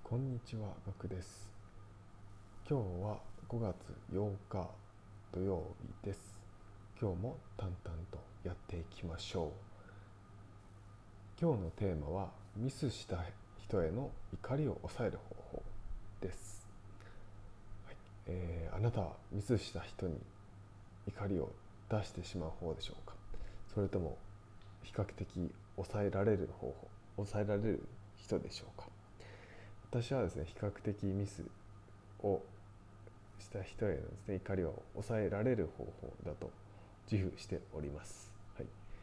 こんにちは、ガクです。今日は5月8日土曜日です。今日も淡々とやっていきましょう。今日のテーマはミスした人への怒りを抑える方法です。はいあなたはミスした人に怒りを出してしまう方でしょうか、それとも比較的抑えられる人でしょうか。私はですね、比較的ミスをした人へのですね、怒りを抑えられる方法だと自負しております。はい。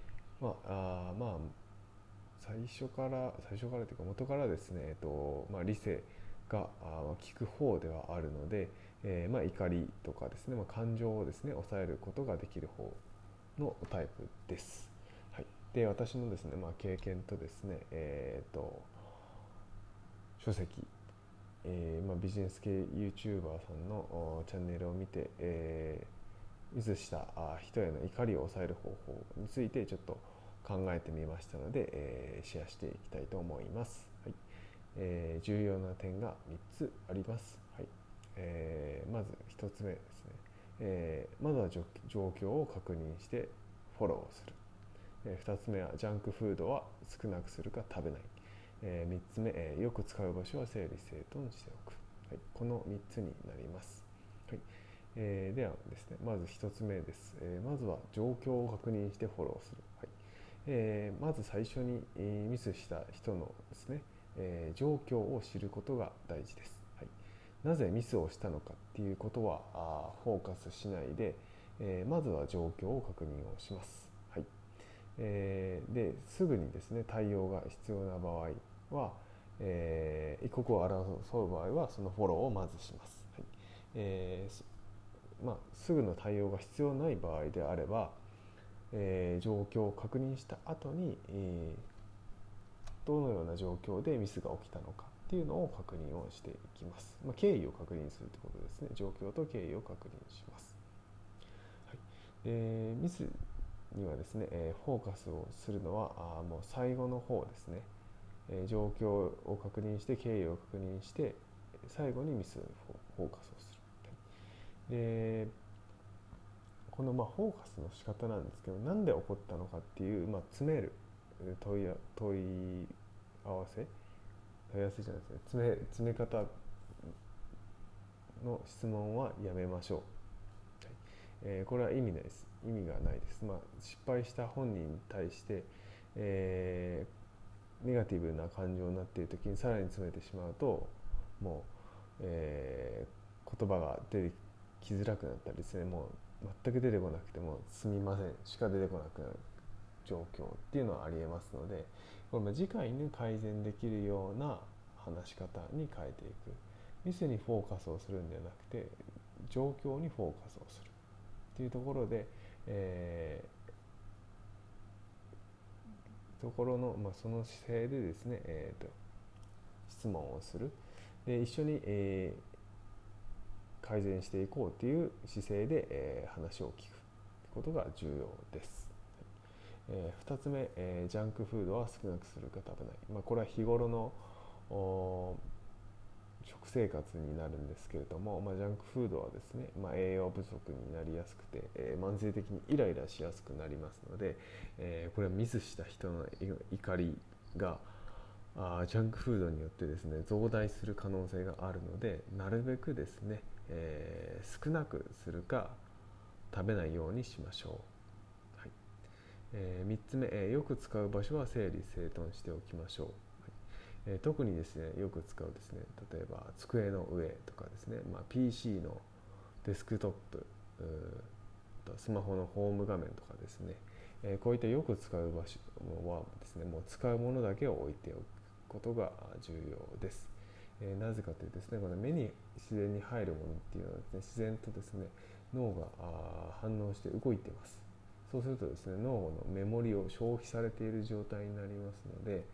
最初からというか元からですね、理性が効く方ではあるので、怒りとかですね、感情をですね抑えることができる方のタイプです。はい。で、私のですね、経験とですね、書籍、ビジネス系 YouTuber さんのチャンネルを見て、ミスした人への怒りを抑える方法についてちょっと考えてみましたので、シェアしていきたいと思います。はい。重要な点が3つあります。はい。まず1つ目ですね。まずは状況を確認してフォローする。2つ目はジャンクフードは少なくするか食べない。3つ目、よく使う場所は整理整頓しておく。はい、この3つになります。はい。ではですね、まず1つ目です。まずは状況を確認してフォローする。はい。まず最初に、ミスした人のですね、状況を知ることが大事です。はい。なぜミスをしたのかっていうことはフォーカスしないで、まずは状況を確認をします。はい。ですぐにですね対応が必要な場合は、一刻を争う場合はそのフォローをまずします。はい。すぐの対応が必要ない場合であれば、状況を確認した後に、どのような状況でミスが起きたのかっていうのを確認をしていきます。経緯を確認するということですね。状況と経緯を確認します。はい。ミスにはですね、フォーカスをするのはもう最後の方ですね。状況を確認して経緯を確認して最後にミスにフォーカスをする。で、このフォーカスの仕方なんですけど、なんで起こったのかっていう、詰める問い合わせ問い合わせじゃないですね、詰め方の質問はやめましょう。これは意味がないです。失敗した本人に対して、ネガティブな感情になっている時にさらに詰めてしまうと、もう、言葉が出てきづらくなったりですね、もう全く出てこなくてもすみませんしか出てこなくなる状況っていうのはありえますので、これ次回に改善できるような話し方に変えていく。ミスにフォーカスをするんではなくて状況にフォーカスをするっていうところで、ところの、その姿勢でですね、質問をする。で、一緒に、改善していこうという姿勢で、話を聞くことが重要です。2つ目、ジャンクフードは少なくするか食べない。これは日頃の食生活になるんですけれども、ジャンクフードはですね、栄養不足になりやすくて、慢性的にイライラしやすくなりますので、これはミスした人の怒りがジャンクフードによってですね増大する可能性があるので、なるべくですね、少なくするか食べないようにしましょう。はい。3つ目、よく使う場所は整理整頓しておきましょう。特にですねよく使うですね、例えば机の上とかですね、PC のデスクトップ、スマホのホーム画面とかですね、こういったよく使う場所はですねもう使うものだけを置いておくことが重要です。なぜかというとですね、この目に自然に入るものっていうのはですね、自然とですね脳が反応して動いています。そうするとですね、脳のメモリを消費されている状態になりますので、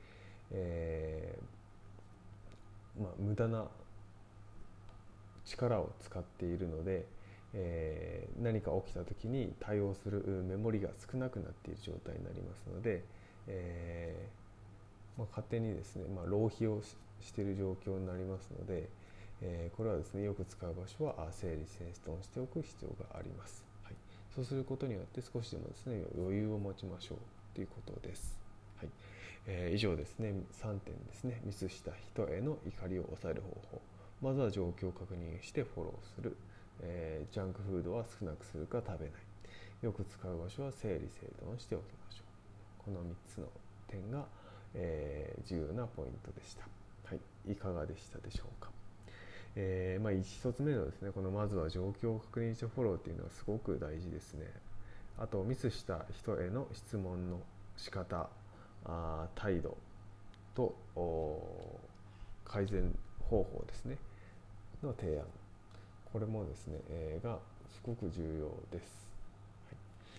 無駄な力を使っているので、何か起きた時に対応するメモリが少なくなっている状態になりますので、 勝手にですね、浪費をしている状況になりますので、これはですね、よく使う場所は整理整頓しておく必要があります。はい、そうすることによって少しでもですね、余裕を持ちましょうということです。はい、以上ですね、3点ですね。ミスした人への怒りを抑える方法。まずは状況を確認してフォローする。ジャンクフードは少なくするか食べない。よく使う場所は整理整頓しておきましょう。この3つの点が、重要なポイントでした。はい、いかがでしたでしょうか。1つ目のですね、このまずは状況を確認してフォローっていうのはすごく大事ですね。あとミスした人への質問の仕方、態度と改善方法ですねの提案、これもですね、がすごく重要です。はい、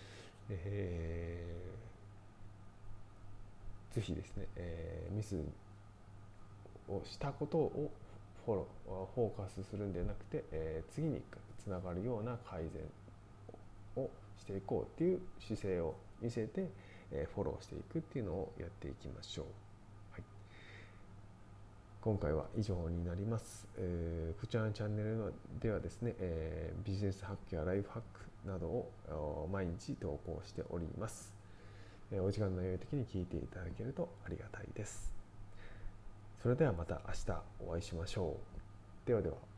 ぜひですね、ミスをしたことをフォーカスするんではなくて、次につながるような改善をしていこうっていう姿勢を見せて、フォローしていくっていうのをやっていきましょう。はい、今回は以上になります。こちらのチャンネルではですね、ビジネスハックやライフハックなどを毎日投稿しております。お時間の余裕的に聞いていただけるとありがたいです。それではまた明日お会いしましょう。ではでは。